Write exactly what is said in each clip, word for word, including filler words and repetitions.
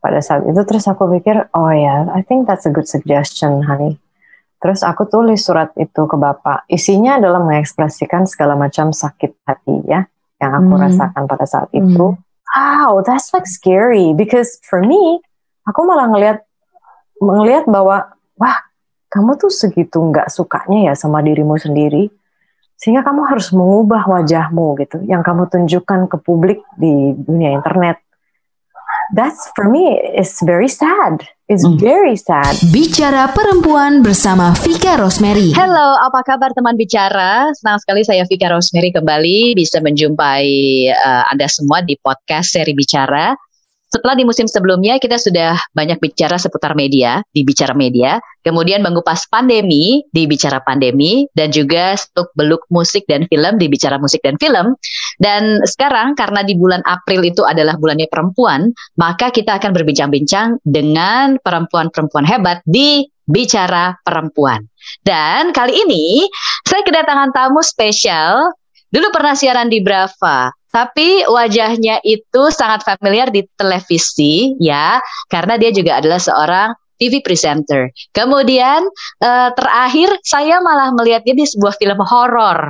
pada saat itu. Terus aku pikir, oh ya, yeah, I think that's a good suggestion, honey. Terus aku tulis surat itu ke bapak. Isinya adalah mengekspresikan segala macam sakit hati ya yang aku hmm. rasakan pada saat hmm. itu. Wow, that's like scary because for me, aku malah ngelihat ngelihat bahwa wah, kamu tuh segitu nggak sukanya ya sama dirimu sendiri, sehingga kamu harus mengubah wajahmu gitu, yang kamu tunjukkan ke publik di dunia internet. That's for me is very sad. It's mm. very sad. Bicara Perempuan bersama Vika Rosemary. Halo, apa kabar teman bicara? Senang sekali saya Vika Rosemary kembali bisa menjumpai uh, Anda semua di podcast seri Bicara. Setelah di musim sebelumnya kita sudah banyak bicara seputar media, di Bicara Media, kemudian mengupas pandemi, di Bicara Pandemi, dan juga stuk beluk musik dan film, di Bicara Musik dan Film. Dan sekarang karena di bulan April itu adalah bulannya perempuan, maka kita akan berbincang-bincang dengan perempuan-perempuan hebat di Bicara Perempuan. Dan kali ini saya kedatangan tamu spesial. Dulu pernah siaran di Brava, tapi wajahnya itu sangat familiar di televisi ya, karena dia juga adalah seorang T V presenter. Kemudian eh, terakhir saya malah melihat dia di sebuah film horor.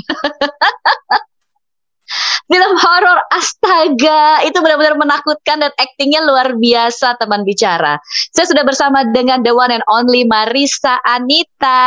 Film horor, astaga, itu benar-benar menakutkan dan aktingnya luar biasa teman bicara. Saya sudah bersama dengan the one and only Marissa Anita.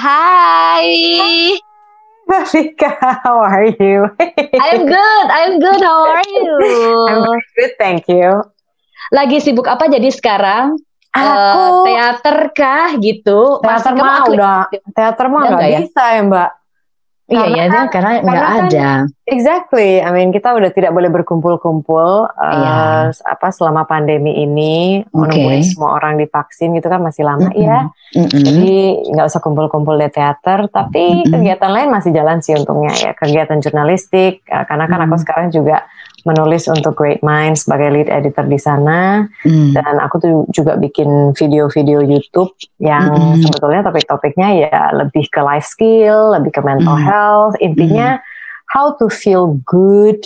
Hai. Vika, how are you? I'm good, I'm good. How are you? I'm good, thank you. Lagi sibuk apa jadi sekarang? Aku uh, teater kah gitu? Teater mah udah, teater mah nggak ya? Bisa ya Mbak. Iya ya, kan, karena nggak ada. Kan, exactly. I mean kita udah tidak boleh berkumpul-kumpul uh, yeah. apa selama pandemi ini. Okay. Menunggu semua orang divaksin gitu kan masih lama mm-hmm. ya. Mm-hmm. Jadi nggak usah kumpul-kumpul di teater. Tapi mm-hmm. kegiatan lain masih jalan sih untungnya ya. Kegiatan jurnalistik. Uh, karena kan mm-hmm. aku sekarang juga menulis untuk Great Minds sebagai lead editor di sana, mm. dan aku tuh juga bikin video-video YouTube yang mm. sebetulnya topik-topiknya ya lebih ke life skill, lebih ke mental mm. health, intinya mm. how to feel good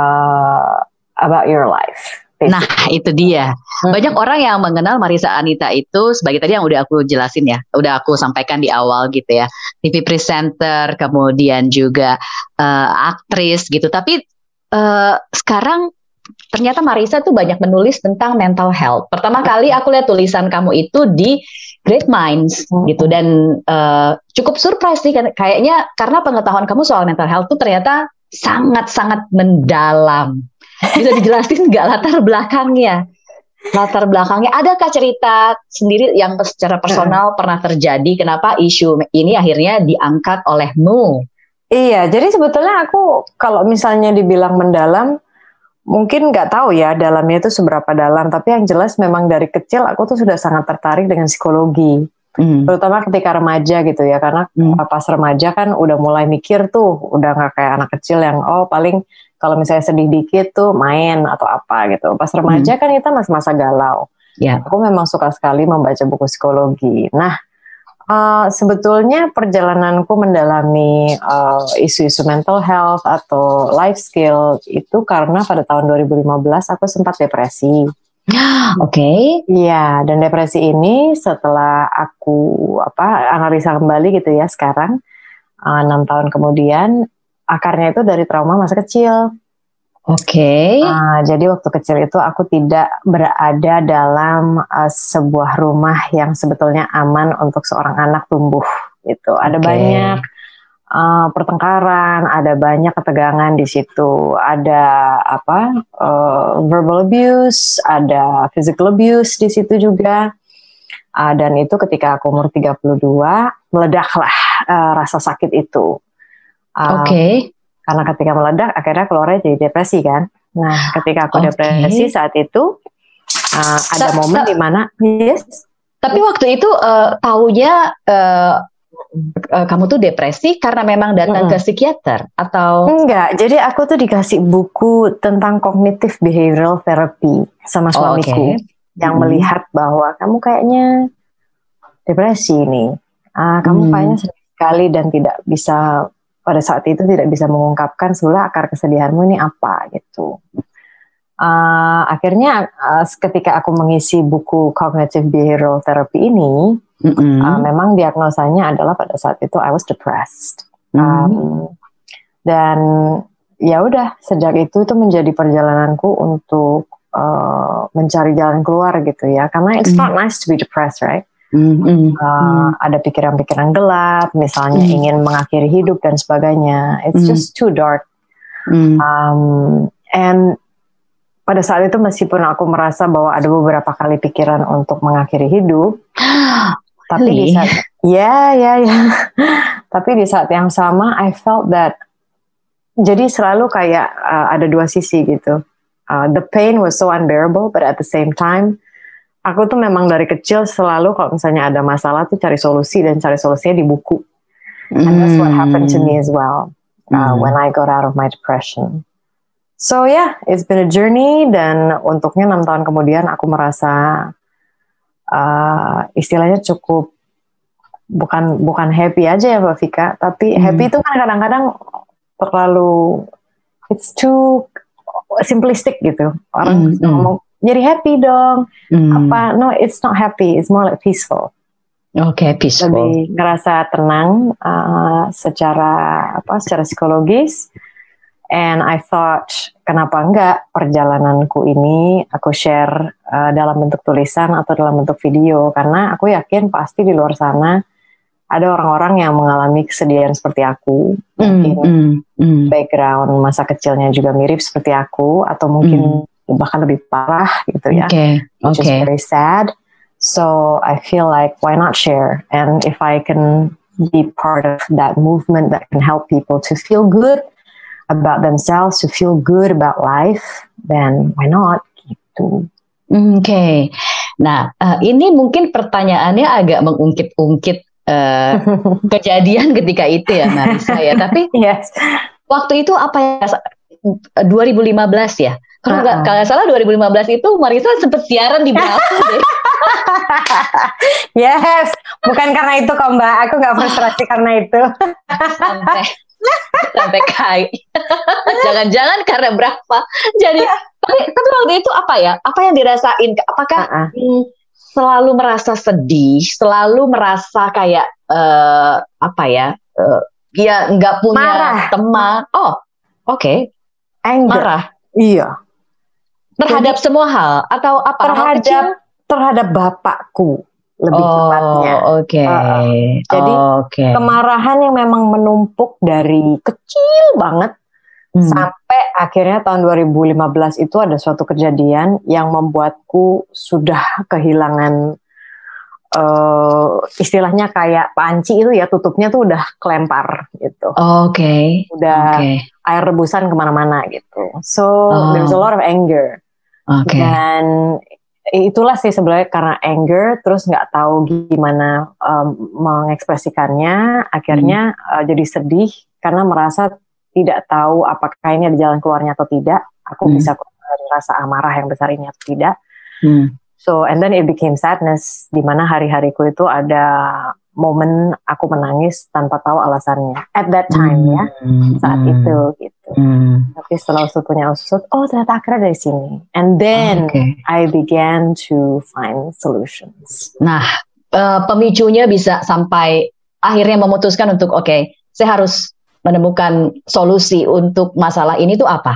uh, about your life. Basically. Nah itu dia, mm. banyak orang yang mengenal Marissa Anita itu sebagai tadi yang udah aku jelasin ya, udah aku sampaikan di awal gitu ya, T V presenter, kemudian juga uh, aktris gitu, tapi Uh, sekarang ternyata Marissa tuh banyak menulis tentang mental health. Pertama kali aku lihat tulisan kamu itu di Great Minds hmm. gitu, dan uh, cukup surprise sih kayaknya karena pengetahuan kamu soal mental health tuh ternyata sangat-sangat mendalam. Bisa dijelasin nggak latar belakangnya? Latar belakangnya, adakah cerita sendiri yang secara personal hmm. pernah terjadi? Kenapa isu ini akhirnya diangkat olehmu? Iya, jadi sebetulnya aku kalau misalnya dibilang mendalam, mungkin nggak tahu ya dalamnya itu seberapa dalam. Tapi yang jelas memang dari kecil aku tuh sudah sangat tertarik dengan psikologi, mm. terutama ketika remaja gitu ya. Karena mm. pas remaja kan udah mulai mikir tuh, udah nggak kayak anak kecil yang oh paling kalau misalnya sedih dikit tuh main atau apa gitu. Pas remaja mm. kan kita masih masa galau. Yeah. Aku memang suka sekali membaca buku psikologi. Nah. Uh, sebetulnya perjalananku mendalami uh, isu-isu mental health atau life skill itu karena pada tahun dua ribu lima belas aku sempat depresi. Oke. Okay. Iya, dan depresi ini setelah aku apa analisa kembali gitu ya sekarang enam uh, tahun kemudian akarnya itu dari trauma masa kecil. Oke. Okay. Uh, jadi waktu kecil itu aku tidak berada dalam uh, sebuah rumah yang sebetulnya aman untuk seorang anak tumbuh. Gitu. Ada okay. banyak uh, pertengkaran, ada banyak ketegangan di situ. Ada apa? Uh, verbal abuse, ada physical abuse di situ juga. Uh, dan itu ketika aku umur tiga puluh dua meledaklah uh, rasa sakit itu. Uh, Oke. Okay. Karena ketika meledak, akhirnya keluarnya jadi depresi kan. Nah, ketika aku okay. depresi saat itu, uh, ada so, momen so, di mana, yes. Tapi waktu itu uh, taunya uh, uh, kamu tuh depresi karena memang datang mm-hmm. ke psikiater atau? Enggak, jadi aku tuh dikasih buku tentang cognitive behavioral therapy sama suamiku. Oh, okay. Yang mm-hmm. melihat bahwa kamu kayaknya depresi nih. Uh, kamu mm. kayaknya sedih sekali dan tidak bisa pada saat itu tidak bisa mengungkapkan sebenarnya akar kesedihanmu ini apa gitu. uh, akhirnya uh, ketika aku mengisi buku Cognitive Behavioral Therapy ini, mm-hmm. uh, memang diagnosanya adalah pada saat itu I was depressed. Mm-hmm. Um, dan ya udah sejak itu itu menjadi perjalananku untuk uh, mencari jalan keluar gitu ya, karena it's mm-hmm. not nice to be depressed, right? Mm-hmm. Uh, ada pikiran-pikiran gelap, misalnya mm-hmm. ingin mengakhiri hidup dan sebagainya. It's mm-hmm. just too dark. Mm-hmm. Um, and pada saat itu meskipun aku merasa bahwa ada beberapa kali pikiran untuk mengakhiri hidup, tapi di saat ya ya ya, tapi di saat yang sama I felt that. Jadi selalu kayak uh, ada dua sisi gitu. Uh, the pain was so unbearable, but at the same time, aku tuh memang dari kecil selalu kalau misalnya ada masalah tuh cari solusi dan cari solusinya di buku. Mm. And that's what happened to me as well uh, mm. when I got out of my depression. So yeah, it's been a journey, dan untuknya enam tahun kemudian aku merasa uh, istilahnya cukup bukan bukan happy aja ya Mbak Vika, tapi mm. happy itu kan kadang-kadang terlalu it's too simplistic gitu. Orang mm, ngomong mm. jadi happy dong. Mm. Apa? No, it's not happy. It's more like peaceful. Oke, okay, peaceful. Lebih ngerasa tenang uh, secara apa? Secara psikologis. And I thought, kenapa enggak perjalananku ini aku share uh, dalam bentuk tulisan atau dalam bentuk video? Karena aku yakin pasti di luar sana ada orang-orang yang mengalami kesedihan seperti aku, mm, mungkin mm, mm. background masa kecilnya juga mirip seperti aku, atau mungkin mm. bahkan lebih parah gitu ya, okay. which okay. is very sad. So I feel like why not share? And if I can be part of that movement that can help people to feel good about themselves, to feel good about life, then why not? Gitu. Oke, okay. Nah uh, ini mungkin pertanyaannya agak mengungkit-ungkit Uh, kejadian ketika itu ya Marisa ya, tapi yes. waktu itu apa ya, dua ribu lima belas ya, kalau nggak uh-uh. kalau salah dua ribu lima belas itu Marisa sempat siaran di Bravo deh. Yes, bukan karena itu kok Mbak, aku nggak frustrasi karena itu. Sampai sampai kai, jangan-jangan karena berapa? Jadi tapi tapi waktu itu apa ya? Apa yang dirasain? Apakah uh-uh. hmm, selalu merasa sedih, selalu merasa kayak uh, apa ya, uh, ya nggak punya marah. teman. Oh, oke, okay. Marah. Iya. Terhadap Jadi, semua hal atau apa? Terhadap terhadap bapakku lebih oh, tepatnya. Oke. Okay. Uh, jadi okay. kemarahan yang memang menumpuk dari kecil banget. Hmm. Sampai akhirnya tahun dua ribu lima belas itu ada suatu kejadian yang membuatku sudah kehilangan uh, istilahnya kayak panci itu ya, tutupnya tuh udah kelempar gitu. Oke. Okay. Udah okay. air rebusan kemana-mana gitu. So oh. there's a lot of anger. Okay. Dan itulah sih sebenarnya karena anger, terus nggak tahu gimana um, mengekspresikannya, akhirnya hmm. uh, jadi sedih karena merasa tidak tahu apakah ini ada jalan keluarnya atau tidak. Aku hmm. bisa dari rasa amarah yang besar ini atau tidak. Hmm. So and then it became sadness, di mana hari-hariku itu ada momen aku menangis tanpa tahu alasannya. At that time hmm. ya, saat hmm. itu gitu. Hmm. Tapi setelah usut punya usut, oh ternyata akhirnya dari sini. And then okay. I began to find solutions. Nah, uh, pemicunya bisa sampai akhirnya memutuskan untuk oke, okay, saya harus menemukan solusi untuk masalah ini tuh apa?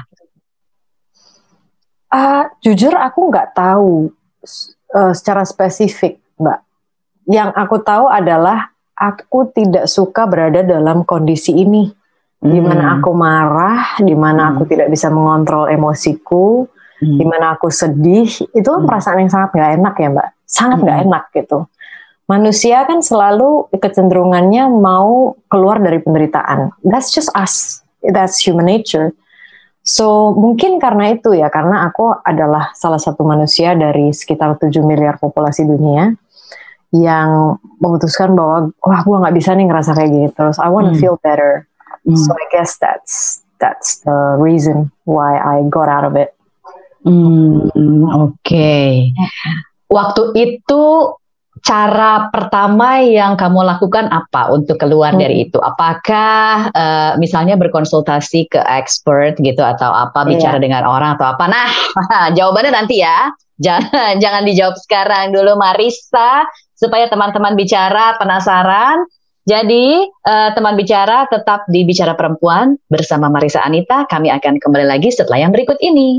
Uh, jujur aku nggak tahu uh, secara spesifik, Mbak. Yang aku tahu adalah aku tidak suka berada dalam kondisi ini, hmm. di mana aku marah, di mana hmm. aku tidak bisa mengontrol emosiku, hmm. di mana aku sedih. Itu kan hmm. perasaan yang sangat nggak enak ya, Mbak. Sangat nggak hmm. enak gitu. Manusia kan selalu kecenderungannya mau keluar dari penderitaan. That's just us. That's human nature. So mungkin karena itu ya, karena aku adalah salah satu manusia dari sekitar tujuh miliar populasi dunia yang memutuskan bahwa wah gue nggak bisa nih ngerasa kayak gini terus. I want to hmm. feel better. Hmm. So I guess that's that's the reason why I got out of it. Hmm, Oke. Okay. Waktu itu cara pertama yang kamu lakukan apa untuk keluar hmm. dari itu? Apakah uh, misalnya berkonsultasi ke expert gitu atau apa, bicara yeah. dengan orang atau apa? Nah, jawabannya nanti ya. Jangan jangan dijawab sekarang dulu, Marissa, supaya teman-teman bicara penasaran. Jadi uh, teman bicara tetap di Bicara Perempuan bersama Marissa Anita. Kami akan kembali lagi setelah yang berikut ini.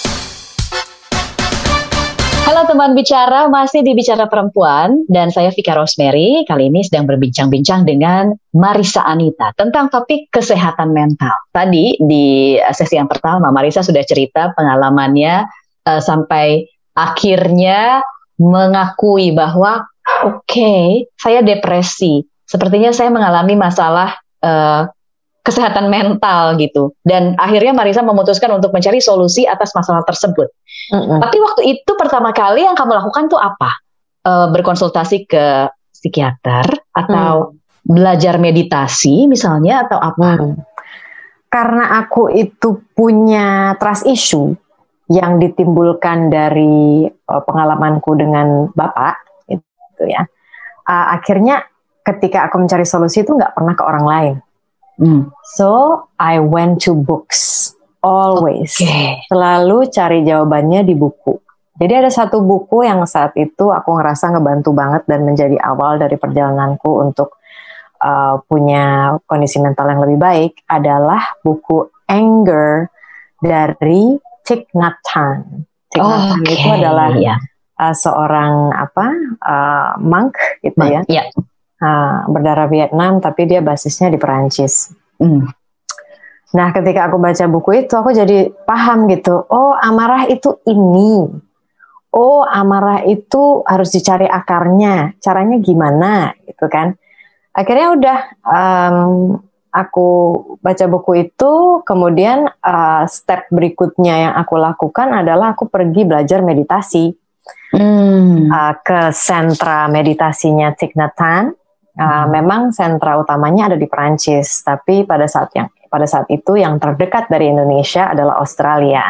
Halo teman bicara, masih di Bicara Perempuan dan saya Vika Rosemary. Kali ini sedang berbincang-bincang dengan Marissa Anita tentang topik kesehatan mental. Tadi di sesi yang pertama Marissa sudah cerita pengalamannya uh, sampai akhirnya mengakui bahwa oke, okay, saya depresi. Sepertinya saya mengalami masalah uh, kesehatan mental gitu. Dan akhirnya Marissa memutuskan untuk mencari solusi atas masalah tersebut. Mm-hmm. Tapi waktu itu pertama kali yang kamu lakukan tuh apa? E, berkonsultasi ke psikiater atau mm. belajar meditasi misalnya atau apa? Mm. Karena aku itu punya trust issue yang ditimbulkan dari uh, pengalamanku dengan bapak, gitu ya. Uh, akhirnya ketika aku mencari solusi itu nggak pernah ke orang lain. Mm. So I went to books. Always, okay. Selalu cari jawabannya di buku. Jadi ada satu buku yang saat itu aku ngerasa ngebantu banget dan menjadi awal dari perjalananku untuk uh, punya kondisi mental yang lebih baik adalah buku Anger dari Thich Nhat Hanh. Thich Nhat Hanh okay. itu adalah yeah. uh, seorang apa uh, monk gitu monk, ya, yeah. uh, berdarah Vietnam tapi dia basisnya di Perancis. Mm. Nah, ketika aku baca buku itu, aku jadi paham gitu. Oh, amarah itu ini. Oh, amarah itu harus dicari akarnya. Caranya gimana, gitu kan? Akhirnya udah, um, aku baca buku itu. Kemudian uh, step berikutnya yang aku lakukan adalah aku pergi belajar meditasi hmm. uh, ke sentra meditasinya Thich Nhat Hanh. Uh, hmm. Memang sentra utamanya ada di Perancis, tapi pada saat yang pada saat itu yang terdekat dari Indonesia adalah Australia.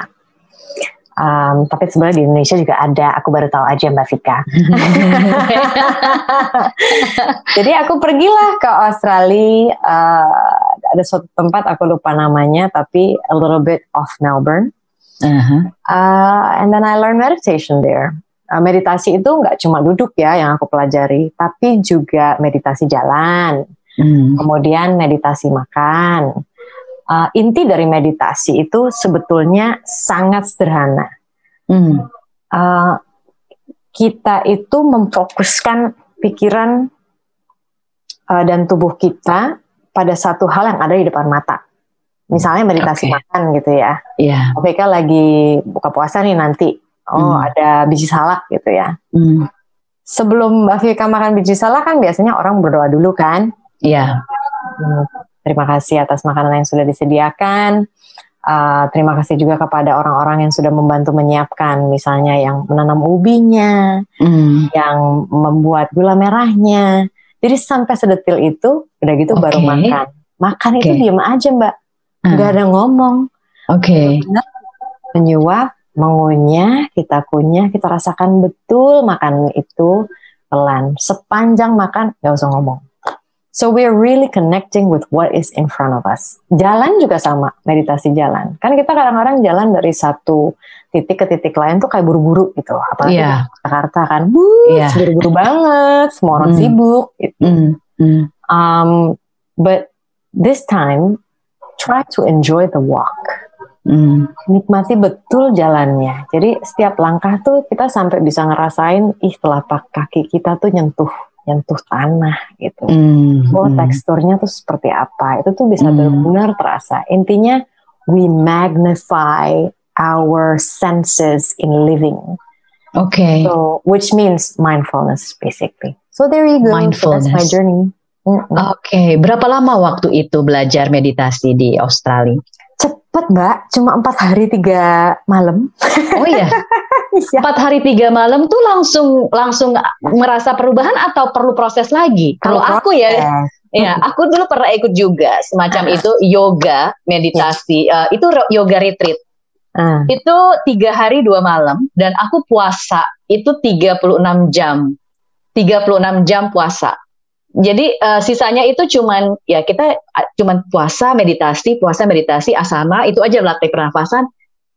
Um, tapi sebenarnya di Indonesia juga ada, aku baru tahu aja Mbak Vika. Jadi aku pergilah ke Australia, uh, ada suatu tempat aku lupa namanya, tapi a little bit off Melbourne. Uh-huh. Uh, and then I learned meditation there. Uh, meditasi itu nggak cuma duduk ya yang aku pelajari, tapi juga meditasi jalan, mm. kemudian meditasi makan. Uh, inti dari meditasi itu sebetulnya sangat sederhana. Mm. Uh, kita itu memfokuskan pikiran uh, dan tubuh kita pada satu hal yang ada di depan mata. Misalnya meditasi okay. makan gitu ya. Yeah. O P K lagi buka puasa nih nanti. Oh, mm. ada biji salak gitu ya. Mm. Sebelum Mbak Vika makan biji salak kan biasanya orang berdoa dulu kan? Iya. Yeah. Hmm. Terima kasih atas makanan yang sudah disediakan. Uh, terima kasih juga kepada orang-orang yang sudah membantu menyiapkan, misalnya yang menanam ubinya, mm. yang membuat gula merahnya. Jadi sampai sedetil itu, udah gitu okay. baru makan. Makan okay. itu diam aja Mbak, nggak uh. ada ngomong. Oke. Okay. Menyuap, mengunyah, kita kunyah, kita rasakan betul makan itu pelan. Sepanjang makan, nggak usah ngomong. So we're really connecting with what is in front of us. Jalan juga sama, meditasi jalan. Kan kita kadang-kadang jalan dari satu titik ke titik lain tuh kayak buru-buru gitu. Apalagi yeah. di Jakarta kan, buh, yeah. buru-buru banget, semua orang mm. sibuk. Gitu. Mm. Mm. Um, but this time, try to enjoy the walk. Mm. Nikmati betul jalannya. Jadi setiap langkah tuh kita sampai bisa ngerasain, ih telapak kaki kita tuh nyentuh. nyentuh tanah gitu. Mm, oh mm. teksturnya tuh seperti apa? Itu tuh bisa mm. benar-benar terasa. Intinya we magnify our senses in living. Okay. So which means mindfulness basically. So there you go. Mindfulness. So that's my journey. Mm-mm. Oke, okay. Berapa lama waktu itu belajar meditasi di Australia? Cepet Mbak, cuma empat hari tiga malam. Oh iya. Empat hari tiga malam tuh langsung langsung merasa perubahan atau perlu proses lagi? Kalau aku ya, ya aku dulu pernah ikut juga semacam itu yoga meditasi, uh, itu yoga retreat. Uh. Itu tiga hari dua malam dan aku puasa itu tiga puluh enam jam. tiga puluh enam jam puasa. Jadi uh, sisanya itu cuman ya kita uh, cuman puasa, meditasi, puasa, meditasi, asana, itu aja latih pernafasan.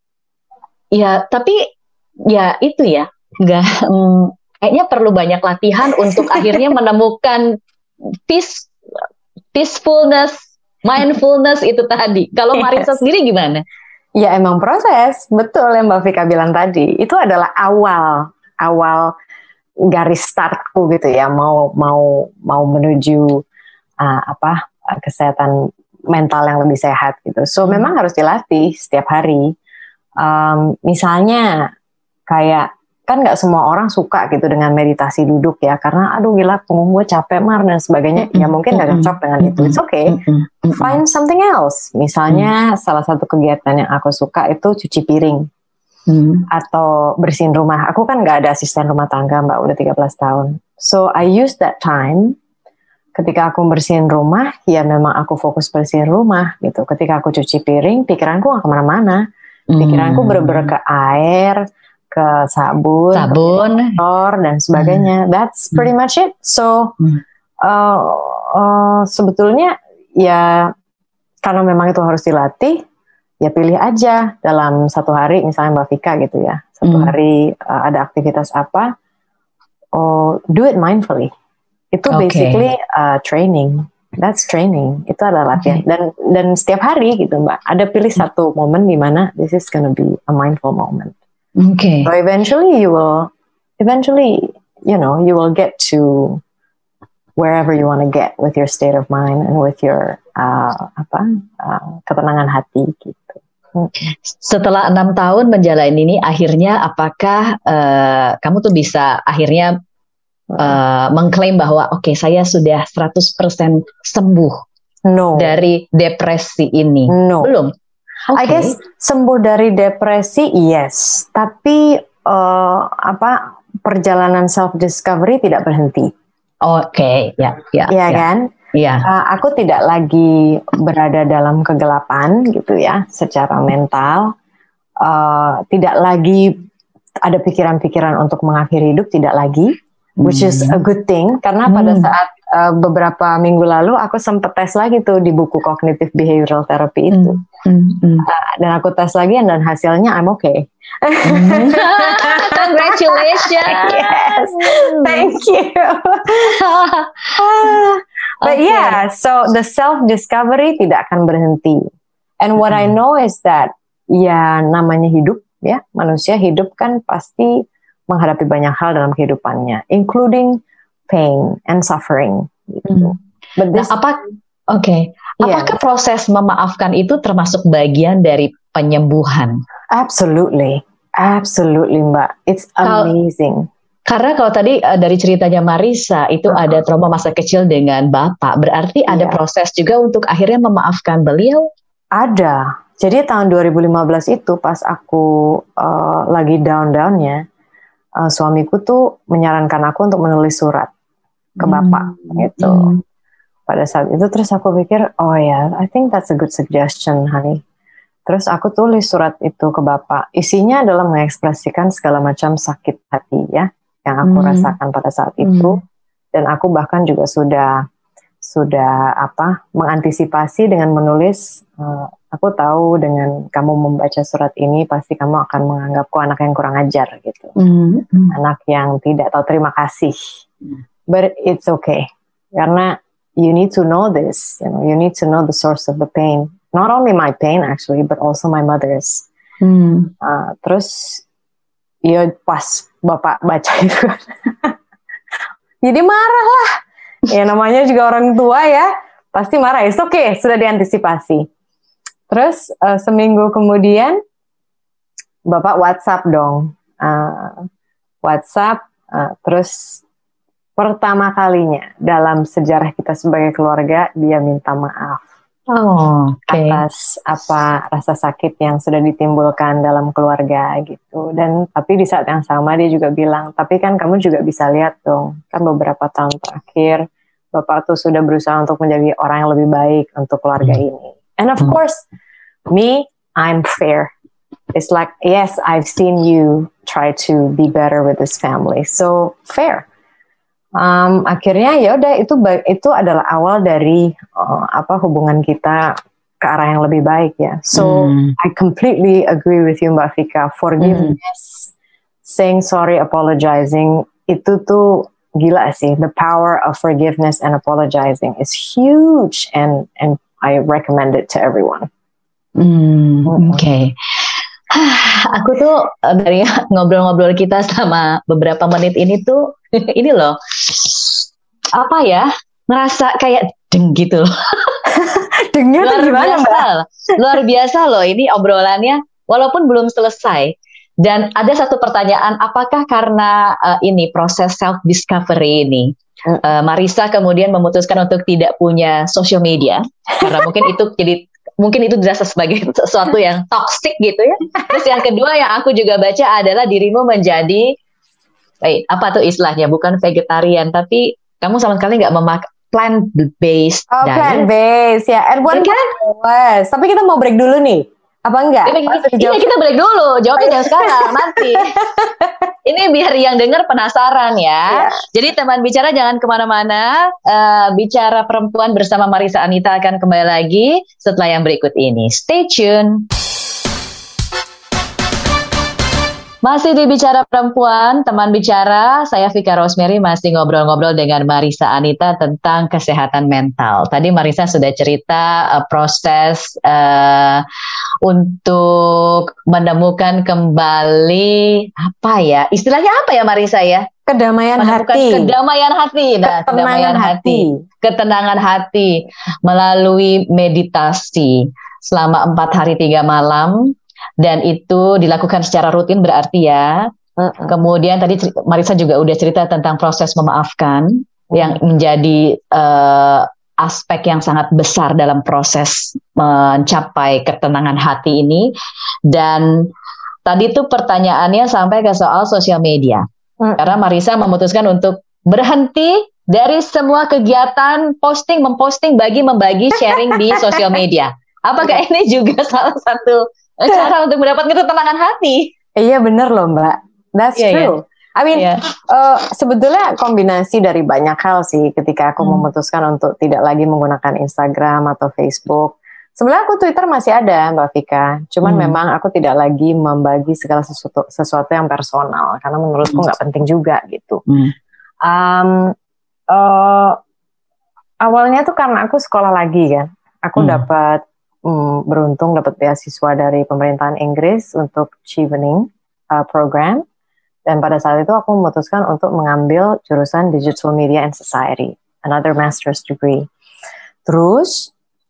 Ya, tapi ya itu ya, nggak um, kayaknya perlu banyak latihan untuk akhirnya menemukan peace, peacefulness, mindfulness itu tadi. Kalau Marissa yes. sendiri gimana? Ya emang proses, betul yang Mbak Vika bilang tadi. Itu adalah awal, awal garis startku gitu ya, mau mau mau menuju uh, apa kesehatan mental yang lebih sehat gitu. So hmm. memang harus dilatih setiap hari. Um, misalnya kayak kan nggak semua orang suka gitu dengan meditasi duduk ya, karena aduh gila punggung gue capek mar dan sebagainya. Mm-hmm. Ya mungkin nggak cocok dengan mm-hmm. itu. It's okay. Mm-hmm. Find something else. Misalnya mm-hmm. salah satu kegiatan yang aku suka itu cuci piring. Hmm. Atau bersihin rumah. Aku kan gak ada asisten rumah tangga Mbak, udah tiga belas tahun. So I use that time. Ketika aku bersihin rumah, ya memang aku fokus bersihin rumah gitu. Ketika aku cuci piring, pikiranku gak kemana-mana. Pikiranku hmm. bener-bener ke air, ke sabun, sabun, ke kotor dan sebagainya. Hmm. That's pretty much it. So hmm. uh, uh, sebetulnya ya karena memang itu harus dilatih, ya pilih aja dalam satu hari, misalnya Mbak Vika gitu ya, satu hmm. hari uh, ada aktivitas apa, oh do it mindfully. Itu okay. basically uh, training. That's training. Itu adalah latihan. Okay. Dan dan setiap hari gitu Mbak, ada pilih hmm. satu momen di mana this is gonna be a mindful moment. Okay. So eventually you will, eventually you know you will get to wherever you want to get with your state of mind and with your uh, apa uh, ketenangan hati gitu. Setelah enam tahun menjalani ini, akhirnya apakah uh, kamu tuh bisa akhirnya uh, mengklaim bahwa oke okay, saya sudah seratus persen sembuh no. dari depresi ini? No. Belum. Okay. I guess sembuh dari depresi yes, tapi uh, apa perjalanan self discovery tidak berhenti. Oke, okay. ya, ya, ya, ya kan? Iya. Uh, aku tidak lagi berada dalam kegelapan gitu ya, secara mental. Uh, tidak lagi ada pikiran-pikiran untuk mengakhiri hidup, tidak lagi, hmm. which is a good thing. Karena hmm. pada saat uh, beberapa minggu lalu aku sempat tes lagi tuh di buku Cognitive Behavioral Therapy itu, hmm. Hmm. Uh, dan aku tes lagi dan hasilnya I'm okay. Hmm. Congratulations. Yes, thank you. But okay. yeah, so the self-discovery tidak akan berhenti. And what mm-hmm. I know is that, ya namanya hidup, ya manusia hidup kan pasti menghadapi banyak hal dalam kehidupannya, including pain and suffering. Gitu. Mm. But this, nah, apa? Oke, okay. yeah. Apakah proses memaafkan itu termasuk bagian dari penyembuhan? Absolutely, absolutely Mbak. It's amazing. Kalo, Karena kalau tadi uh, dari ceritanya Marissa itu uh-huh. ada trauma masa kecil dengan bapak, berarti yeah. ada proses juga untuk akhirnya memaafkan beliau? Ada. Jadi tahun dua ribu lima belas itu pas aku uh, lagi down-downnya, uh, suamiku tuh menyarankan aku untuk menulis surat ke hmm. bapak gitu. Hmm. Pada saat itu terus aku pikir, oh ya, yeah, I think that's a good suggestion, honey. Terus aku tulis surat itu ke bapak. Isinya adalah mengekspresikan segala macam sakit hati ya, yang aku hmm. rasakan pada saat itu, hmm. dan aku bahkan juga sudah sudah apa mengantisipasi dengan menulis, uh, aku tahu dengan kamu membaca surat ini pasti kamu akan menganggapku anak yang kurang ajar gitu, hmm. anak yang tidak tahu terima kasih, but it's okay karena you need to know this, you know, you need to know the source of the pain, not only my pain actually, but also my mother's. Hmm. Uh, terus ya pas bapak baca itu jadi marah lah ya, namanya juga orang tua ya pasti marah. It's okay, sudah diantisipasi. Terus uh, seminggu kemudian bapak WhatsApp dong, uh, WhatsApp uh, terus pertama kalinya dalam sejarah kita sebagai keluarga dia minta maaf. Oh, okay. Atas apa rasa sakit yang sudah ditimbulkan dalam keluarga gitu. Dan tapi di saat yang sama dia juga bilang, tapi kan kamu juga bisa lihat dong, kan beberapa tahun terakhir bapak tuh sudah berusaha untuk menjadi orang yang lebih baik untuk keluarga hmm. ini. And of hmm. course, me, I'm fair. It's like, yes, I've seen you try to be better with this family, so fair. Um, akhirnya ya udah itu itu adalah awal dari uh, apa hubungan kita ke arah yang lebih baik ya. So mm. I completely agree with you Mbak Vika. Forgiveness, mm. saying sorry, apologizing itu tuh gila sih. The power of forgiveness and apologizing is huge, and and I recommend it to everyone. Mm, mm. Oke. Okay. Aku tuh dari ngobrol-ngobrol kita selama beberapa menit ini tuh ini loh apa ya ngerasa kayak deng gitu loh. Dengnya luar gimana, biasa loh. Luar biasa loh ini obrolannya walaupun belum selesai. Dan ada satu pertanyaan, apakah karena uh, ini proses self discovery ini uh, Marisa kemudian memutuskan untuk tidak punya social media karena mungkin itu jadi mungkin itu dirasa sebagai sesuatu yang toksik gitu ya. Terus yang kedua yang aku juga baca adalah dirimu menjadi, eh, apa tuh istilahnya, bukan vegetarian, tapi kamu sama sekali nggak memakai plant-based oh, diet. Plant-based, ya. And one kan? Was. Tapi kita mau break dulu nih. Apa enggak? Iya, kita break dulu. Jawabnya jangan sekarang, nanti. Ini biar yang dengar penasaran ya. Yeah. Jadi teman bicara jangan kemana-mana. Uh, bicara perempuan bersama Marisa Anita akan kembali lagi setelah yang berikut ini. Stay tune. Masih di Bicara Perempuan, teman bicara, saya Vika Rosemary masih ngobrol-ngobrol dengan Marisa Anita tentang kesehatan mental. Tadi Marisa sudah cerita uh, proses uh, untuk menemukan kembali, apa ya, istilahnya apa ya Marisa ya? Kedamaian menemukan hati. Kedamaian hati. Nah, kedamaian hati. hati. Ketenangan hati melalui meditasi selama empat hari tiga malam. Dan itu dilakukan secara rutin berarti ya. Uh-uh. Kemudian tadi Marisa juga udah cerita tentang proses memaafkan uh-uh. yang menjadi uh, aspek yang sangat besar dalam proses mencapai ketenangan hati ini. Dan tadi tuh pertanyaannya sampai ke soal sosial media. Uh-uh. Karena Marisa memutuskan untuk berhenti dari semua kegiatan posting, memposting, bagi, membagi, sharing di sosial media. Apakah ini juga salah satu cara untuk mendapatkan ketenangan hati? Iya bener loh Mbak, that's yeah, true. Yeah. I mean, yeah. uh, sebetulnya kombinasi dari banyak hal sih ketika aku hmm. memutuskan untuk tidak lagi menggunakan Instagram atau Facebook. Sebenarnya aku Twitter masih ada Mbak Vika, cuman hmm. memang aku tidak lagi membagi segala sesuatu, sesuatu yang personal, karena menurutku nggak hmm. penting juga gitu. Hmm. Um, uh, awalnya tuh karena aku sekolah lagi kan, aku hmm. dapat Hmm, beruntung dapat beasiswa dari pemerintahan Inggris untuk Chevening uh, program, dan pada saat itu aku memutuskan untuk mengambil jurusan Digital Media and Society, another master's degree. Terus,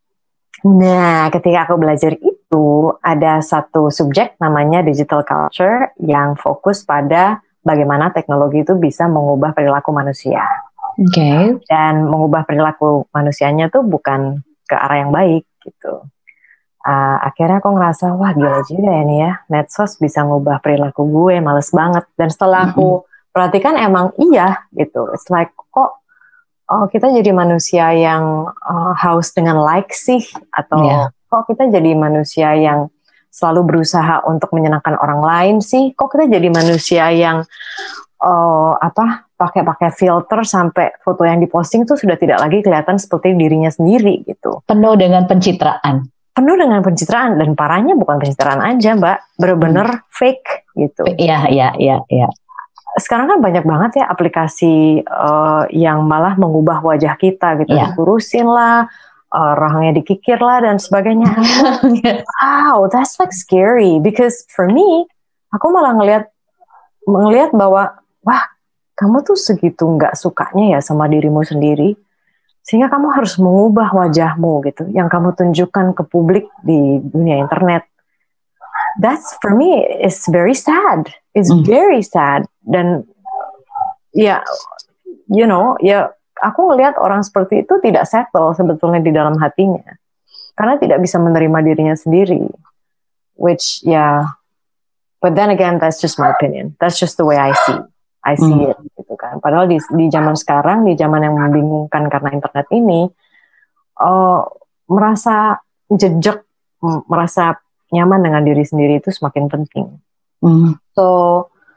nah ketika aku belajar itu ada satu subjek namanya Digital Culture yang fokus pada bagaimana teknologi itu bisa mengubah perilaku manusia. Oke. Okay. Dan mengubah perilaku manusianya tuh bukan ke arah yang baik gitu. Uh, akhirnya aku ngerasa wah gila juga ya nih ya, medsos bisa ngubah perilaku gue, males banget. Dan setelah aku mm-hmm. perhatikan emang iya gitu, it's like kok oh kita jadi manusia yang uh, haus dengan like sih, atau yeah. kok kita jadi manusia yang selalu berusaha untuk menyenangkan orang lain sih, kok kita jadi manusia yang uh, apa pakai-pakai filter sampai foto yang diposting tuh sudah tidak lagi kelihatan seperti dirinya sendiri gitu, penuh dengan pencitraan. Penuh dengan pencitraan, dan parahnya bukan pencitraan aja Mbak, bener-bener hmm. fake gitu. Iya, iya, iya, iya. Sekarang kan banyak banget ya aplikasi uh, yang malah mengubah wajah kita gitu, yeah. dikurusin lah, uh, rahangnya dikikir lah dan sebagainya. Wow, that's like scary, because for me, aku malah ngelihat ngelihat bahwa wah, kamu tuh segitu nggak sukanya ya sama dirimu sendiri, sehingga kamu harus mengubah wajahmu gitu, yang kamu tunjukkan ke publik di dunia internet. That's for me is very sad. It's mm. very sad. Dan ya, you know, ya aku ngelihat orang seperti itu tidak settle sebetulnya di dalam hatinya, karena tidak bisa menerima dirinya sendiri. Which ya, yeah, but then again that's just my opinion. That's just the way I see. I see mm. it gitu kan. Padahal di, di zaman sekarang, di zaman yang membingungkan karena internet ini, uh, merasa jejak, merasa nyaman dengan diri sendiri itu semakin penting. Mm. So,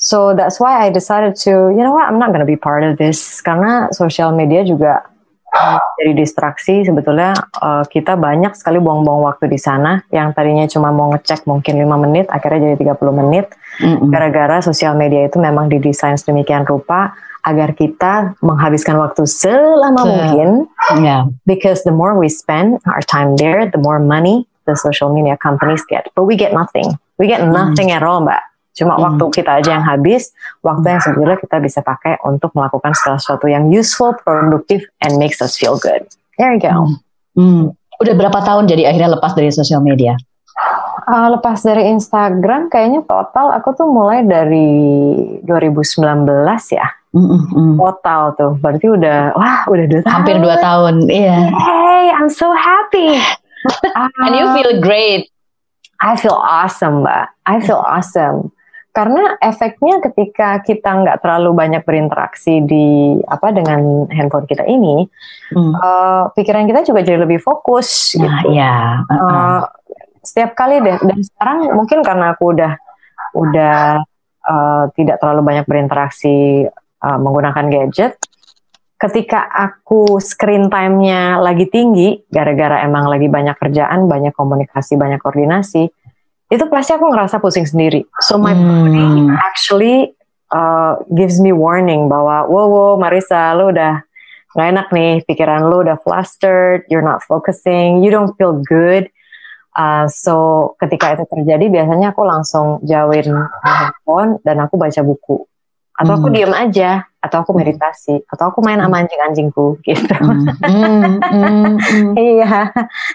So that's why I decided to, you know what, I'm not gonna be part of this. Karena social media juga jadi distraksi. Sebetulnya uh, kita banyak sekali buang-buang waktu di sana. Yang tadinya cuma mau ngecek mungkin lima menit, akhirnya jadi tiga puluh menit. Mm-mm. Gara-gara sosial media itu memang didesain sedemikian rupa agar kita menghabiskan waktu selama so, mungkin. Yeah. Because the more we spend our time there, the more money the social media companies get. But we get nothing. We get nothing mm. at all, Mbak. Cuma hmm. waktu kita aja yang habis, waktu yang sebetulnya kita bisa pakai untuk melakukan segala sesuatu yang useful, produktif, and makes us feel good. There you go. Hmm. Hmm. Udah berapa tahun jadi akhirnya lepas dari sosial media? Uh, lepas dari Instagram, kayaknya total aku tuh mulai dari dua ribu sembilan belas ya. Mm-mm. Total tuh, berarti udah, wah udah dua tahun. Hampir dua tahun, iya. Hey, I'm so happy. uh, And you feel great. I feel awesome, Mbak. I feel awesome. Karena efeknya ketika kita nggak terlalu banyak berinteraksi di apa dengan handphone kita ini, hmm. uh, pikiran kita juga jadi lebih fokus. Nah, gitu. Ya. Uh-uh. Uh, setiap kali deh. Dan sekarang mungkin karena aku udah udah uh, tidak terlalu banyak berinteraksi uh, menggunakan gadget. Ketika aku screen time-nya lagi tinggi, gara-gara emang lagi banyak kerjaan, banyak komunikasi, banyak koordinasi. Itu pasti aku ngerasa pusing sendiri. So my hmm. body actually uh, gives me warning bahwa, wow, wow Marissa, lu udah gak enak nih, pikiran lu udah flustered, you're not focusing, you don't feel good. Uh, so ketika itu terjadi, biasanya aku langsung jauhin handphone dan aku baca buku. Atau aku hmm. diem aja, atau aku meditasi, atau aku main sama anjing-anjingku gitu. Hmm. Hmm. Hmm. Hmm. Iya.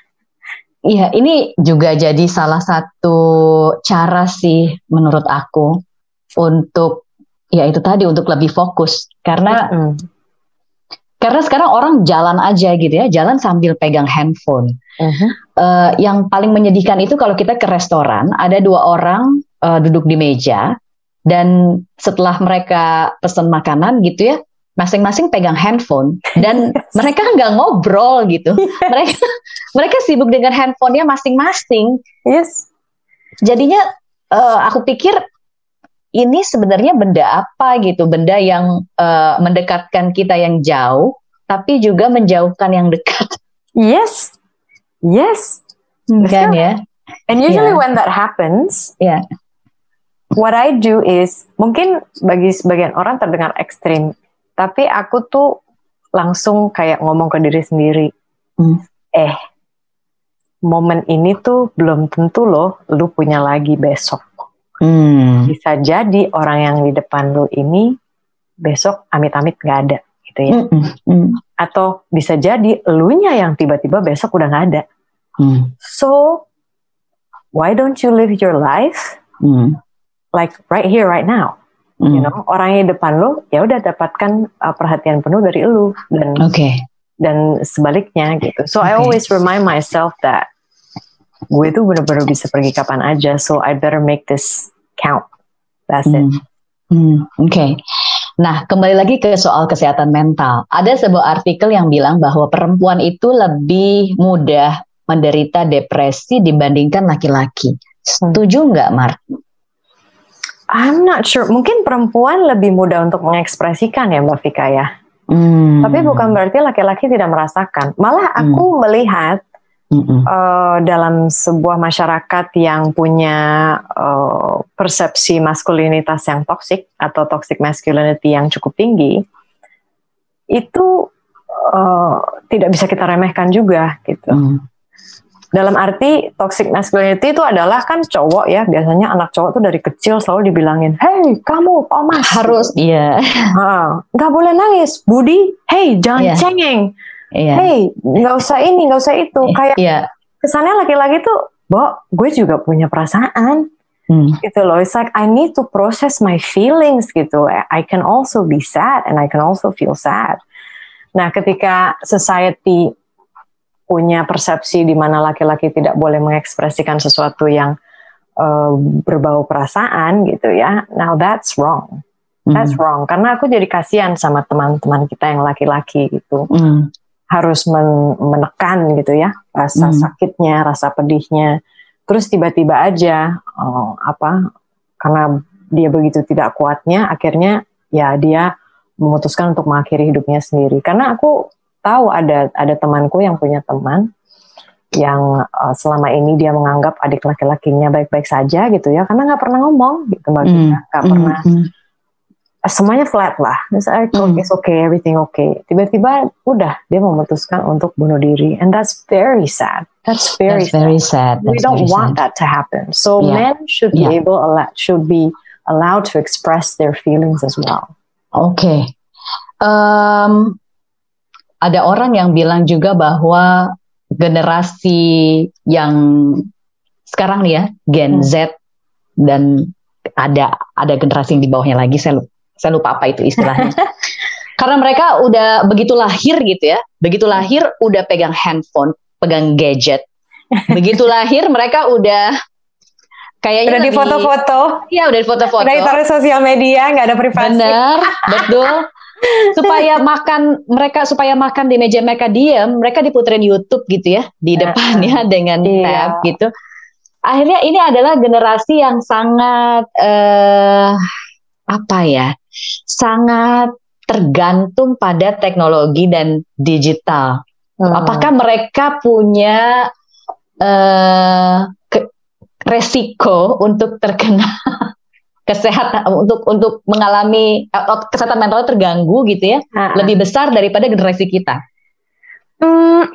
Iya, ini juga jadi salah satu cara sih menurut aku untuk ya itu tadi untuk lebih fokus karena mm-hmm. karena sekarang orang jalan aja gitu ya, jalan sambil pegang handphone. Mm-hmm. Uh, yang paling menyedihkan itu kalau kita ke restoran ada dua orang uh, duduk di meja dan setelah mereka pesan makanan gitu ya, masing-masing pegang handphone dan mereka nggak ngobrol gitu. Yes. Mereka mereka sibuk dengan handphonenya masing-masing. Yes. Jadinya uh, aku pikir ini sebenarnya benda apa gitu, benda yang uh, mendekatkan kita yang jauh, tapi juga menjauhkan yang dekat. Yes, yes, kan ya. And usually yeah. when that happens, yeah. what I do is mungkin bagi sebagian orang terdengar ekstrim. Tapi aku tuh langsung kayak ngomong ke diri sendiri, hmm. eh, momen ini tuh belum tentu loh lu punya lagi besok. Hmm. Bisa jadi orang yang di depan lu ini besok amit-amit gak ada gitu ya. Hmm. Hmm. Atau bisa jadi elunya yang tiba-tiba besok udah gak ada. Hmm. So, why don't you live your life hmm. like right here, right now? Mm. You know, orang yang di depan lo, ya udah dapatkan uh, perhatian penuh dari lo dan okay. dan sebaliknya gitu. So okay. I always remind myself that gue tuh benar-benar bisa pergi kapan aja. So I better make this count. That's mm. it. Mm. Oke. Okay. Nah, kembali lagi ke soal kesehatan mental. Ada sebuah artikel yang bilang bahwa perempuan itu lebih mudah menderita depresi dibandingkan laki-laki. Setuju nggak, Mar? I'm not sure. Mungkin perempuan lebih mudah untuk mengekspresikan ya, Mbak Vika ya. Hmm. Tapi bukan berarti laki-laki tidak merasakan. Malah aku hmm. melihat uh, dalam sebuah masyarakat yang punya uh, persepsi maskulinitas yang toksik atau toxic masculinity yang cukup tinggi, itu uh, tidak bisa kita remehkan juga gitu. Hmm. Dalam arti toxic masculinity itu adalah kan cowok ya, biasanya anak cowok tuh dari kecil selalu dibilangin, hey kamu Omas harus iya yeah. nggak boleh nangis, Budi, hey jangan yeah. cengeng, yeah. hey nggak usah ini nggak usah itu, kayak yeah. kesannya laki-laki tuh, Bo, gue juga punya perasaan hmm. gitu loh. It's like I need to process my feelings gitu. I can also be sad and I can also feel sad. Nah ketika society punya persepsi di mana laki-laki tidak boleh mengekspresikan sesuatu yang uh, berbau perasaan gitu ya. Now that's wrong. That's mm. wrong. Karena aku jadi kasihan sama teman-teman kita yang laki-laki gitu. Mm. Harus men- menekan gitu ya rasa mm. sakitnya, rasa pedihnya. Terus tiba-tiba aja uh, apa? Karena dia begitu tidak kuatnya, akhirnya ya dia memutuskan untuk mengakhiri hidupnya sendiri. Karena aku tahu ada ada temanku yang punya teman yang uh, selama ini dia menganggap adik laki-lakinya baik-baik saja gitu ya, karena nggak pernah ngomong gitu mbak Vika, nggak mm, pernah mm. semuanya flat lah, misalnya mm. it's okay, everything okay, tiba-tiba udah dia memutuskan untuk bunuh diri, and that's very sad. That's very that's very sad. sad. We that's don't want sad. that to happen. So yeah. men should yeah. be able should be allowed to express their feelings as well. Oke. Okay. Um, ada orang yang bilang juga bahwa generasi yang sekarang nih ya, Gen Z, dan ada ada generasi yang di bawahnya lagi, saya lupa, saya lupa apa itu istilahnya. Karena mereka udah begitu lahir gitu ya, begitu lahir udah pegang handphone, pegang gadget. Begitu lahir mereka udah kayaknya udah di foto-foto. Iya, udah di foto-foto. Udah ditaruh sosial media, nggak ada privasi. Benar, betul. Supaya makan mereka supaya makan di meja mereka diam, mereka diputerin YouTube gitu ya di depannya dengan tab iya. gitu. Akhirnya ini adalah generasi yang sangat eh, apa ya, sangat tergantung pada teknologi dan digital. Hmm. Apakah mereka punya eh, ke, resiko untuk terkena kesehatan, untuk untuk mengalami kesehatan mental terganggu gitu ya, uh-uh. lebih besar daripada generasi kita? Hmm,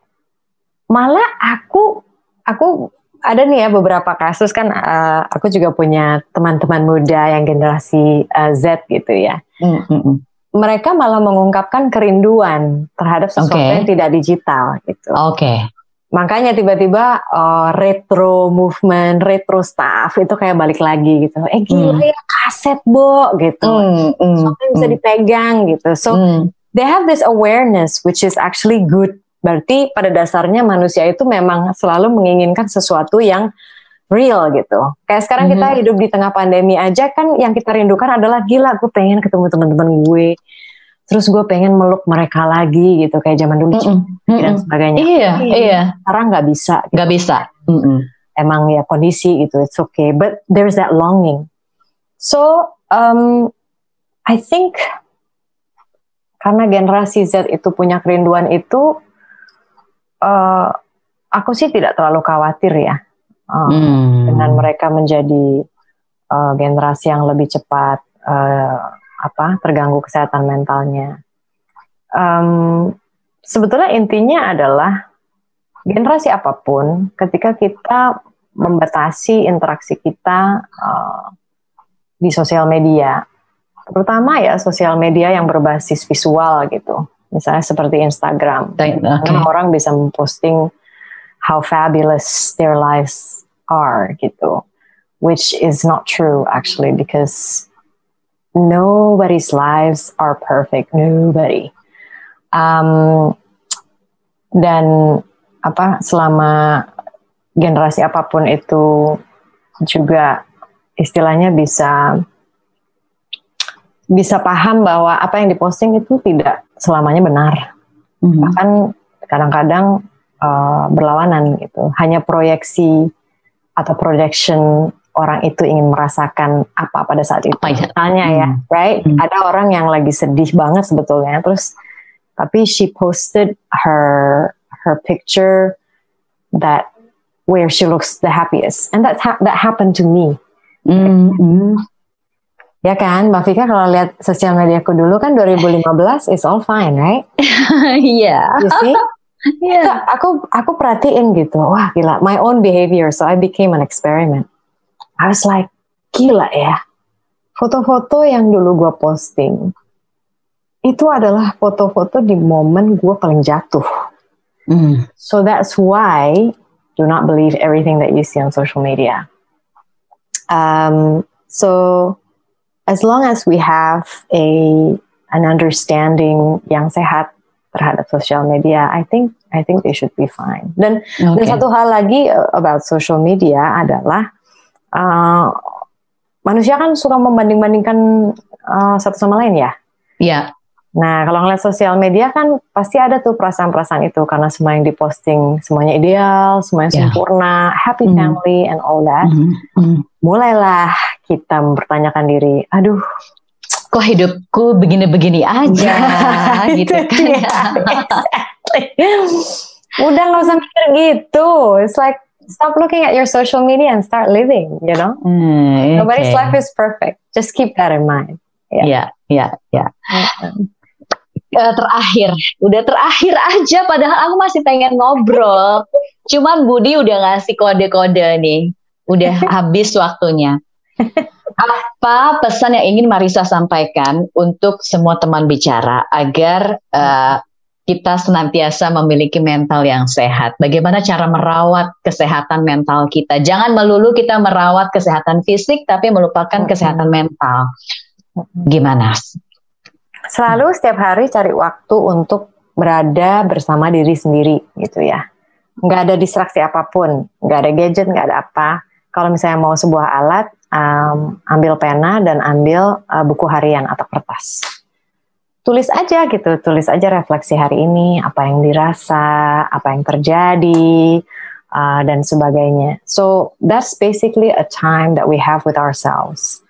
malah aku aku ada nih ya beberapa kasus kan, uh, aku juga punya teman-teman muda yang generasi uh, Z gitu ya. Mm-hmm. Mereka malah mengungkapkan kerinduan terhadap sesuatu okay. yang tidak digital gitu. Oke. Okay. Makanya tiba-tiba uh, retro movement, retro stuff itu kayak balik lagi gitu. Eh gila mm. ya kaset Bo gitu. Mm, mm, Sesuatu yang bisa mm. dipegang gitu. So mm. they have this awareness which is actually good. Berarti pada dasarnya manusia itu memang selalu menginginkan sesuatu yang real gitu. Kayak sekarang mm-hmm. kita hidup di tengah pandemi aja kan, yang kita rindukan adalah gila gue pengen ketemu teman-teman gue. Terus gue pengen meluk mereka lagi gitu kayak zaman dulu mm-hmm. dan sebagainya. Iya, Tapi, iya. Sekarang nggak bisa. Gitu. Nggak bisa. Mm-hmm. Emang ya kondisi gitu, it's okay. But there's that longing. So um, I think karena generasi Z itu punya kerinduan itu, uh, aku sih tidak terlalu khawatir ya uh, mm. dengan mereka menjadi uh, generasi yang lebih cepat. Uh, apa terganggu kesehatan mentalnya. Um, sebetulnya intinya adalah generasi apapun, ketika kita membatasi interaksi kita uh, di sosial media, terutama ya sosial media yang berbasis visual gitu, misalnya seperti Instagram, okay. Karena orang bisa memposting how fabulous their lives are gitu, which is not true actually, because nobody's lives are perfect, nobody. Um, dan apa selama generasi apapun itu juga istilahnya bisa bisa paham bahwa apa yang diposting itu tidak selamanya benar. Mm-hmm. Bahkan kadang-kadang uh, berlawanan gitu. Hanya proyeksi atau projection orang itu ingin merasakan apa pada saat itu. Misalnya hmm. ya, right? Hmm. Ada orang yang lagi sedih banget sebetulnya, terus tapi she posted her her picture that where she looks the happiest, and that's ha- that happened to me. Hmm. Ya kan, Mbak Vika kalau lihat sosial mediaku dulu kan dua ribu lima belas is all fine, right? Iya. You see? Yeah. So, aku aku perhatiin gitu, wah gila, my own behavior, so I became an experiment. I was like, gila ya, foto-foto yang dulu gue posting, itu adalah foto-foto di momen gue paling jatuh. Mm. So that's why, do not believe everything that you see on social media. Um, so, as long as we have a an understanding yang sehat terhadap social media, I think I think they should be fine. Dan, okay. dan satu hal lagi about social media adalah, Uh, manusia kan suka membanding-bandingkan uh, satu sama lain ya. Iya. Nah, kalau ngeliat sosial media kan pasti ada tuh perasaan-perasaan itu karena semua yang diposting semuanya ideal, semuanya Ya. sempurna, happy Hmm. family and all that. Hmm. Hmm. Mulailah kita mempertanyakan diri, aduh, Kok hidupku begini-begini aja, gitu itu kan? dia. Exactly. Udah nggak usah mikir gitu. It's like stop looking at your social media and start living. You know, Hmm, nobody's oke. life is perfect. Just keep that in mind. Ya, ya, ya. Mm-mm. Eh, terakhir, udah terakhir aja. Padahal aku masih pengen ngobrol. Cuman Budi udah ngasih kode-kode nih. Udah habis waktunya. Apa pesan yang ingin Marissa sampaikan untuk semua teman bicara agar eh, kita senantiasa memiliki mental yang sehat? Bagaimana cara merawat kesehatan mental kita? Jangan melulu kita merawat kesehatan fisik, tapi melupakan kesehatan mental. Gimana? Selalu setiap hari cari waktu untuk berada bersama diri sendiri gitu ya. Nggak ada distraksi apapun, nggak ada gadget, nggak ada apa. Kalau misalnya mau sebuah alat, um, ambil pena dan ambil uh, buku harian atau kertas. Tulis aja gitu, tulis aja refleksi hari ini, apa yang dirasa, apa yang terjadi, uh, dan sebagainya. So that's basically a time that we have with ourselves.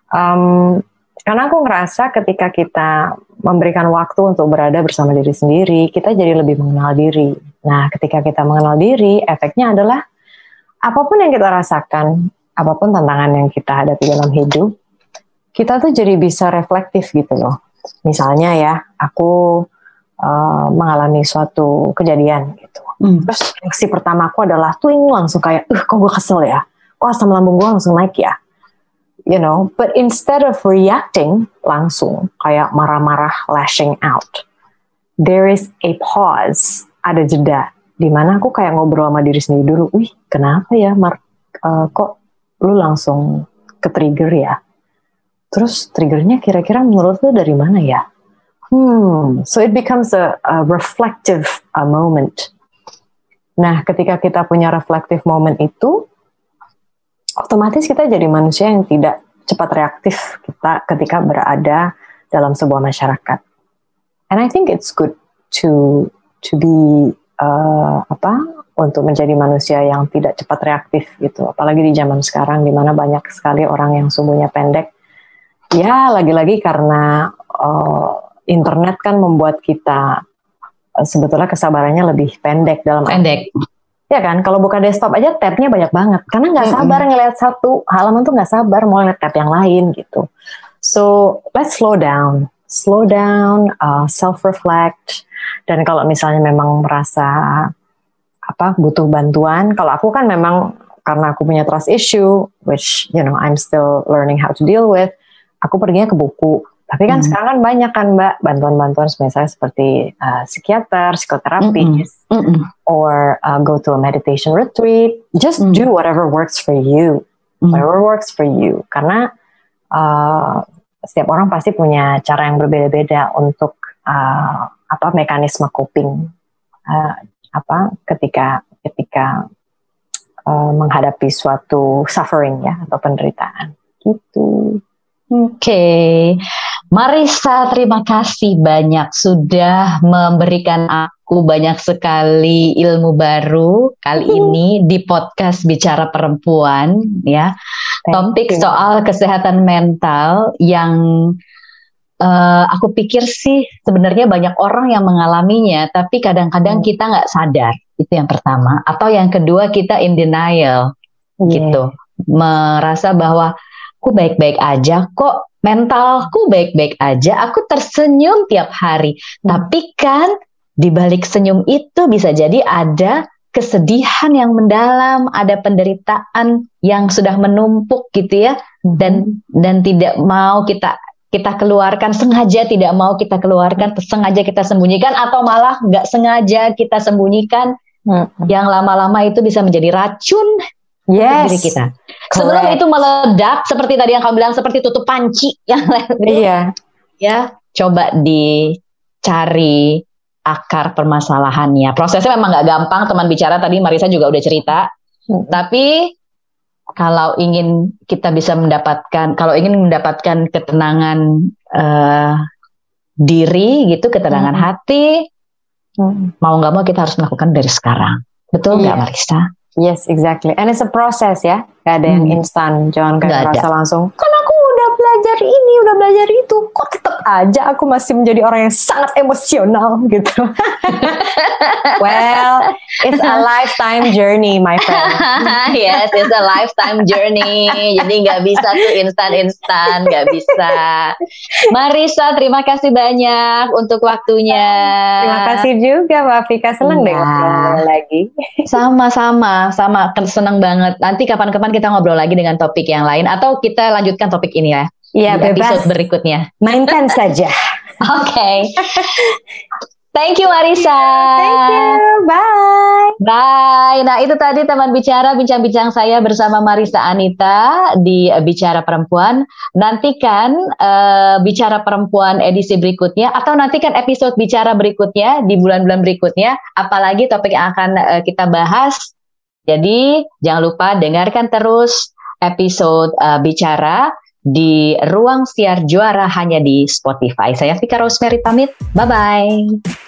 Um, Karena aku ngerasa ketika kita memberikan waktu untuk berada bersama diri sendiri, kita jadi lebih mengenal diri. Nah, ketika kita mengenal diri, efeknya adalah apapun yang kita rasakan, apapun tantangan yang kita hadapi dalam hidup, kita tuh jadi bisa reflektif gitu loh. Misalnya ya, aku uh, mengalami suatu kejadian gitu. Hmm. Terus reaksi pertama aku adalah tuh ini langsung kayak, uh, kok gue kesel ya? Kok asam lambung gue langsung naik ya? You know, but instead of reacting langsung kayak marah-marah, lashing out, there is a pause, ada jeda, di mana aku kayak ngobrol sama diri sendiri dulu. Wih, kenapa ya, Mark? Uh, kok lu langsung ke trigger ya? Terus triggernya kira-kira menurut lu dari mana ya? Hmm, so it becomes a, a reflective a moment. Nah, ketika kita punya reflective moment itu, otomatis kita jadi manusia yang tidak cepat reaktif kita ketika berada dalam sebuah masyarakat. And I think it's good to to be uh, apa untuk menjadi manusia yang tidak cepat reaktif gitu. Apalagi di zaman sekarang di mana banyak sekali orang yang sumbunya pendek. Ya lagi-lagi karena uh, internet kan membuat kita uh, sebetulnya kesabarannya lebih pendek dalam pendek. Ya kan, kalau buka desktop aja tabnya banyak banget. Karena nggak sabar mm-hmm. ngeliat satu halaman tuh nggak sabar mau ngeliat tab yang lain gitu. So, let's slow down. Slow down, uh, self-reflect. Dan kalau misalnya memang merasa apa butuh bantuan, kalau aku kan memang karena aku punya trust issue, which you know I'm still learning how to deal with, aku perginya ke buku. Tapi kan mm-hmm. sekarang kan banyak kan Mbak bantuan-bantuan misalnya seperti uh, psikiater, psikoterapis, mm-hmm. or uh, go to a meditation retreat. Just mm-hmm. do whatever works for you, mm-hmm. whatever works for you. Karena uh, setiap orang pasti punya cara yang berbeda-beda untuk uh, apa mekanisme coping uh, apa ketika ketika uh, menghadapi suatu suffering ya atau penderitaan gitu. Oke, okay. Marissa, terima kasih banyak sudah memberikan aku banyak sekali ilmu baru kali hmm. ini di podcast Bicara Perempuan ya. Thank Topik you. Soal kesehatan mental yang uh, aku pikir sih sebenarnya banyak orang yang mengalaminya, tapi kadang-kadang hmm. kita nggak sadar. Itu yang pertama. Atau yang kedua kita in denial yeah. gitu, merasa bahwa aku baik-baik aja kok, mentalku baik-baik aja, aku tersenyum tiap hari. Hmm. Tapi kan di balik senyum itu bisa jadi ada kesedihan yang mendalam, ada penderitaan yang sudah menumpuk gitu ya, hmm. dan dan tidak mau kita kita keluarkan, sengaja tidak mau kita keluarkan, sengaja kita sembunyikan, atau malah nggak sengaja kita sembunyikan, hmm. yang lama-lama itu bisa menjadi racun. Yes. Diri kita. Sebelum itu meledak, seperti tadi yang kamu bilang, seperti tutup panci yang lain. Iya. Ya, coba dicari akar permasalahannya. Prosesnya memang nggak gampang, teman bicara tadi Marissa juga udah cerita. Hmm. Tapi kalau ingin kita bisa mendapatkan, kalau ingin mendapatkan ketenangan uh, diri gitu, ketenangan hmm. hati, hmm. mau nggak mau kita harus melakukan dari sekarang. Betul nggak, yeah. Marissa? Yes, exactly. And it's a process ya, gak ada yang hmm. instan. Jangan kayak merasa langsung, kan aku udah belajar ini, udah belajar itu, kok tetap aja aku masih menjadi orang yang sangat emosional gitu. Well, it's a lifetime journey, my friend. Yes, it's a lifetime journey. Jadi nggak bisa tuh instan-instan, nggak bisa. Marissa, terima kasih banyak untuk waktunya. Terima kasih juga, Mbak Vika. Senang deh ngobrol lagi. Sama-sama, sama senang banget. Nanti kapan-kapan kita ngobrol lagi dengan topik yang lain, atau kita lanjutkan topik ini ya. Iya, di episode berikutnya. Mainkan saja. Oke. Okay. Thank you, Marissa. Thank you. Bye. Bye. Nah, itu tadi teman bicara bincang-bincang saya bersama Marissa Anita di Bicara Perempuan. Nantikan uh, Bicara Perempuan edisi berikutnya, atau nantikan episode Bicara berikutnya di bulan-bulan berikutnya, apalagi topik yang akan uh, kita bahas. Jadi, jangan lupa dengarkan terus episode uh, Bicara di Ruang Siar Juara hanya di Spotify. Saya Vika Rosemary pamit. Bye-bye.